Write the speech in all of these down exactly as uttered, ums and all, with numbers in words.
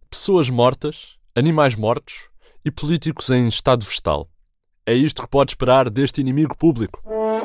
pessoas mortas, animais mortos e políticos em estado vegetal. É isto que pode esperar deste inimigo público.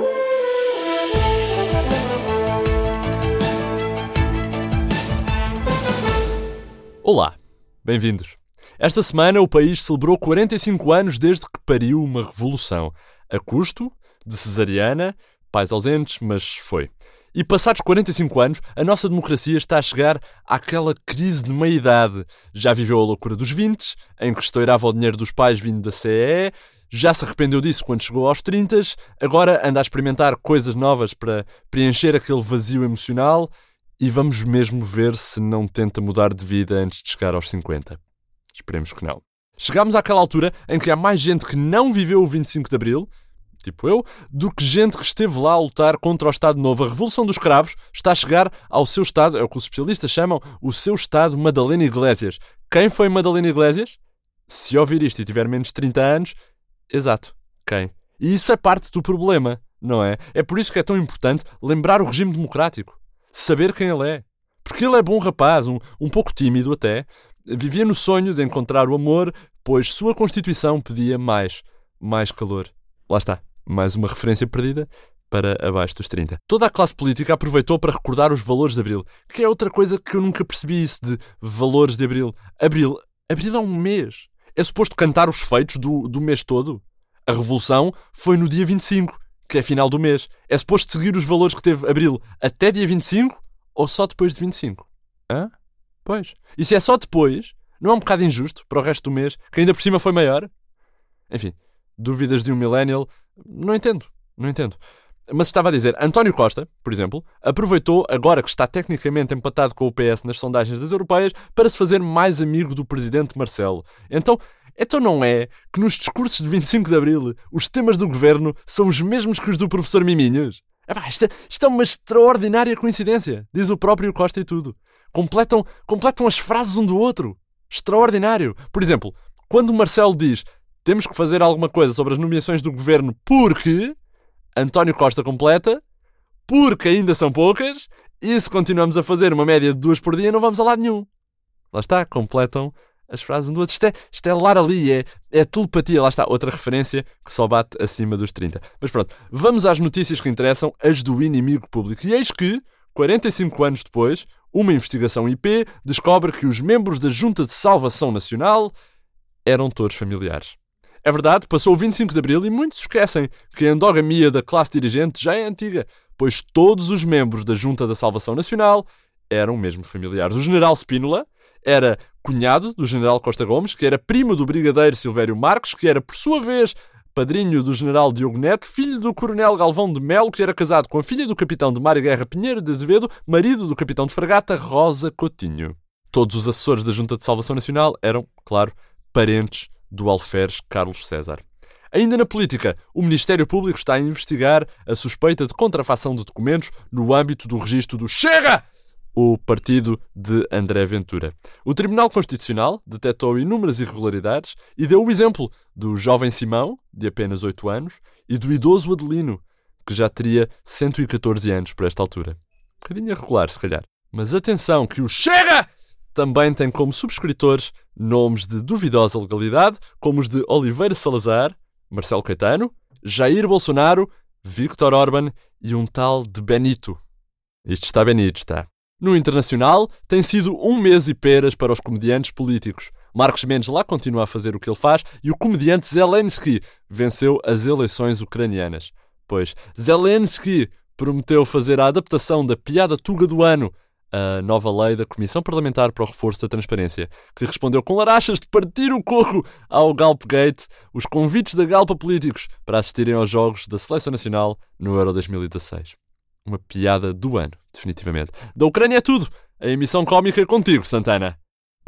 Olá, bem-vindos. Esta semana o país celebrou quarenta e cinco anos desde que pariu uma revolução, a custo de cesariana, pais ausentes, mas foi. E passados quarenta e cinco anos, a nossa democracia está a chegar àquela crise de meia-idade. Já viveu a loucura dos vinte, em que estourava o dinheiro dos pais vindo da C E E, já se arrependeu disso quando chegou aos trinta, agora anda a experimentar coisas novas para preencher aquele vazio emocional e vamos mesmo ver se não tenta mudar de vida antes de chegar aos cinquenta. Esperemos que não. Chegámos àquela altura em que há mais gente que não viveu o vinte e cinco de Abril, tipo eu, do que gente que esteve lá a lutar contra o Estado Novo. A Revolução dos Cravos está a chegar ao seu estado, é o que os especialistas chamam o seu estado Madalena Iglesias. Quem foi Madalena Iglesias? Se ouvir isto e tiver menos de trinta anos, exato, quem? E isso é parte do problema, não é? É por isso que é tão importante lembrar o regime democrático, saber quem ele é. Porque ele é bom rapaz, um, um pouco tímido até, vivia no sonho de encontrar o amor, pois sua Constituição pedia mais, mais calor. Lá está. Mais uma referência perdida para abaixo dos trinta. Toda a classe política aproveitou para recordar os valores de Abril, que é outra coisa que eu nunca percebi, isso de valores de Abril. Abril, Abril é um mês. É suposto cantar os feitos do, do mês todo. A Revolução foi no dia vinte e cinco, que é final do mês. É suposto seguir os valores que teve Abril até dia vinte e cinco ou só depois de vinte e cinco? Hã? Pois. E se é só depois, não é um bocado injusto para o resto do mês, que ainda por cima foi maior? Enfim, dúvidas de um millennial. Não entendo, não entendo. Mas estava a dizer, António Costa, por exemplo, aproveitou, agora que está tecnicamente empatado com o P S nas sondagens das europeias, para se fazer mais amigo do presidente Marcelo. Então, então não é que nos discursos de vinte e cinco de Abril os temas do governo são os mesmos que os do professor Miminhos? Epá, isto, é, isto é uma extraordinária coincidência, diz o próprio Costa e tudo. Completam, completam as frases um do outro. Extraordinário. Por exemplo, quando o Marcelo diz temos que fazer alguma coisa sobre as nomeações do governo porque António Costa completa, porque ainda são poucas, e se continuamos a fazer uma média de duas por dia não vamos a lado nenhum. Lá está, completam as frases um do outro. Isto é, isto é lar ali, é, é telepatia. Lá está, outra referência que só bate acima dos trinta. Mas pronto, vamos às notícias que interessam, as do inimigo público. E eis que, quarenta e cinco anos depois, uma investigação I P descobre que os membros da Junta de Salvação Nacional eram todos familiares. É verdade, passou o vinte e cinco de Abril e muitos esquecem que a endogamia da classe dirigente já é antiga, pois todos os membros da Junta da Salvação Nacional eram mesmo familiares. O general Spínola era cunhado do general Costa Gomes, que era primo do brigadeiro Silvério Marques, que era, por sua vez, padrinho do general Diogo Neto, filho do coronel Galvão de Melo, que era casado com a filha do capitão de Mar e Guerra Pinheiro de Azevedo, marido do capitão de fragata Rosa Coutinho. Todos os assessores da Junta de Salvação Nacional eram, claro, parentes do alferes Carlos César. Ainda na política, o Ministério Público está a investigar a suspeita de contrafação de documentos no âmbito do registro do Chega, o partido de André Ventura. O Tribunal Constitucional detectou inúmeras irregularidades e deu o exemplo do jovem Simão, de apenas oito anos, e do idoso Adelino, que já teria cento e catorze anos por esta altura. Um bocadinho irregular, se calhar. Mas atenção que o Chega também tem como subscritores nomes de duvidosa legalidade, como os de Oliveira Salazar, Marcelo Caetano, Jair Bolsonaro, Víctor Orbán e um tal de Benito. Isto está Benito, está. No internacional, tem sido um mês e peras para os comediantes políticos. Marcos Mendes lá continua a fazer o que ele faz e o comediante Zelensky venceu as eleições ucranianas. Pois Zelensky prometeu fazer a adaptação da piada tuga do ano, a nova lei da Comissão Parlamentar para o Reforço da Transparência, que respondeu com larachas de partir o coco ao Galpgate, os convites da Galp a políticos para assistirem aos jogos da Seleção Nacional no Euro dois mil e dezasseis. Uma piada do ano, definitivamente. Da Ucrânia é tudo. A emissão cómica é contigo, Santana.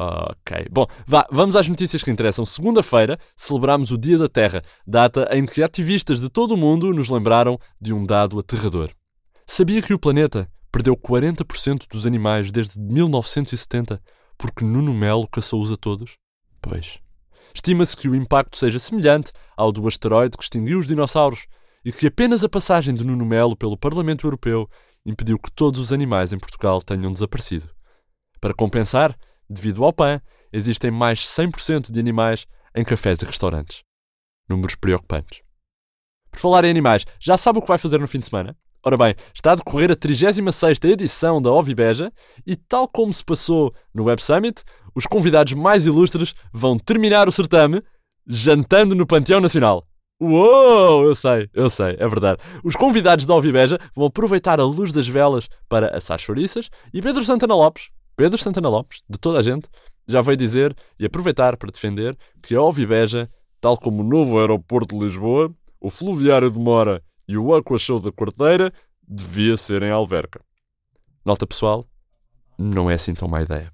Ok. Bom, vá, vamos às notícias que interessam. Segunda-feira celebramos o Dia da Terra, data em que ativistas de todo o mundo nos lembraram de um dado aterrador. Sabia que o planeta perdeu quarenta por cento dos animais desde mil novecentos e setenta porque Nuno Melo caçou-os a todos? Pois. Estima-se que o impacto seja semelhante ao do asteroide que extinguiu os dinossauros e que apenas a passagem de Nuno Melo pelo Parlamento Europeu impediu que todos os animais em Portugal tenham desaparecido. Para compensar, devido ao PAN, existem mais cem por cento de animais em cafés e restaurantes. Números preocupantes. Por falar em animais, já sabe o que vai fazer no fim de semana? Ora bem, está a decorrer a trigésima sexta edição da Ovibeja e, tal como se passou no Web Summit, os convidados mais ilustres vão terminar o certame jantando no Panteão Nacional. Uou, eu sei, eu sei, é verdade. Os convidados da Ovibeja vão aproveitar a luz das velas para assar chouriças e Pedro Santana Lopes, Pedro Santana Lopes, de toda a gente, já veio dizer e aproveitar para defender que a Ovibeja, tal como o novo aeroporto de Lisboa, o Fluviário de Mora e o Aqua Show da Quarteira, devia ser em Alverca. Nota pessoal, não é assim tão má ideia.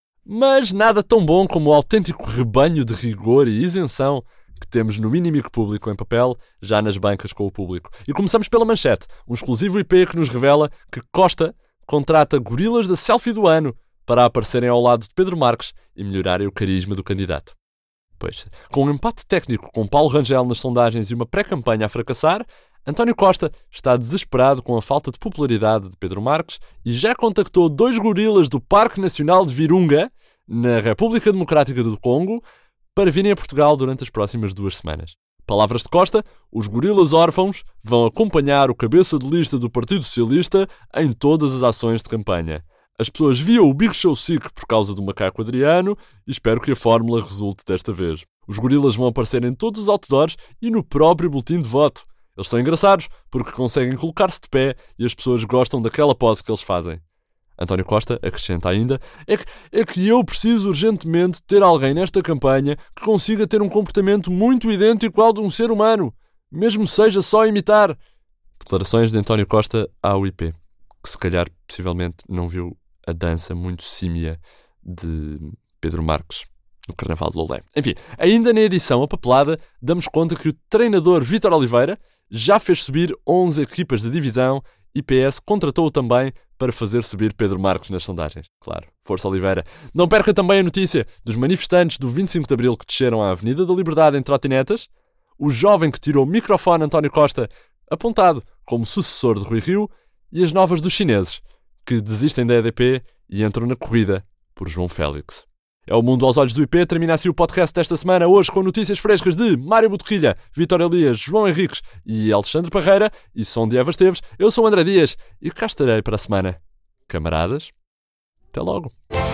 Mas nada tão bom como o autêntico rebanho de rigor e isenção que temos no Inimigo Público em papel, já nas bancas com o público. E começamos pela manchete, um exclusivo I P que nos revela que Costa contrata gorilas da selfie do ano para aparecerem ao lado de Pedro Marques e melhorarem o carisma do candidato. Pois, com um empate técnico com Paulo Rangel nas sondagens e uma pré-campanha a fracassar, António Costa está desesperado com a falta de popularidade de Pedro Marques e já contactou dois gorilas do Parque Nacional de Virunga, na República Democrática do Congo, para virem a Portugal durante as próximas duas semanas. Palavras de Costa, os gorilas órfãos vão acompanhar o cabeça de lista do Partido Socialista em todas as ações de campanha. As pessoas viam o Big Show Sick por causa do macaco Adriano e espero que a fórmula resulte desta vez. Os gorilas vão aparecer em todos os outdoors e no próprio boletim de voto. Eles são engraçados porque conseguem colocar-se de pé e as pessoas gostam daquela pose que eles fazem. António Costa acrescenta ainda, é que, é que eu preciso urgentemente ter alguém nesta campanha que consiga ter um comportamento muito idêntico ao de um ser humano, mesmo seja só imitar. Declarações de António Costa ao I P, que se calhar possivelmente não viu a dança muito símia de Pedro Marques no Carnaval de Loulé. Enfim, ainda na edição apapelada, damos conta que o treinador Vítor Oliveira já fez subir onze equipas de divisão e P S contratou-o também para fazer subir Pedro Marques nas sondagens. Claro, força Oliveira. Não perca também a notícia dos manifestantes do vinte e cinco de Abril que desceram à Avenida da Liberdade em trotinetas, o jovem que tirou o microfone António Costa, apontado como sucessor de Rui Rio, e as novas dos chineses, que desistem da E D P e entram na corrida por João Félix. É o Mundo aos Olhos do I P, termina assim o podcast desta semana, hoje com notícias frescas de Mário Botequilha, Vítor Elias, João Henriques e Alexandre Parreira, e som de Eva Esteves. Eu sou o André Dias e cá estarei para a semana. Camaradas, até logo.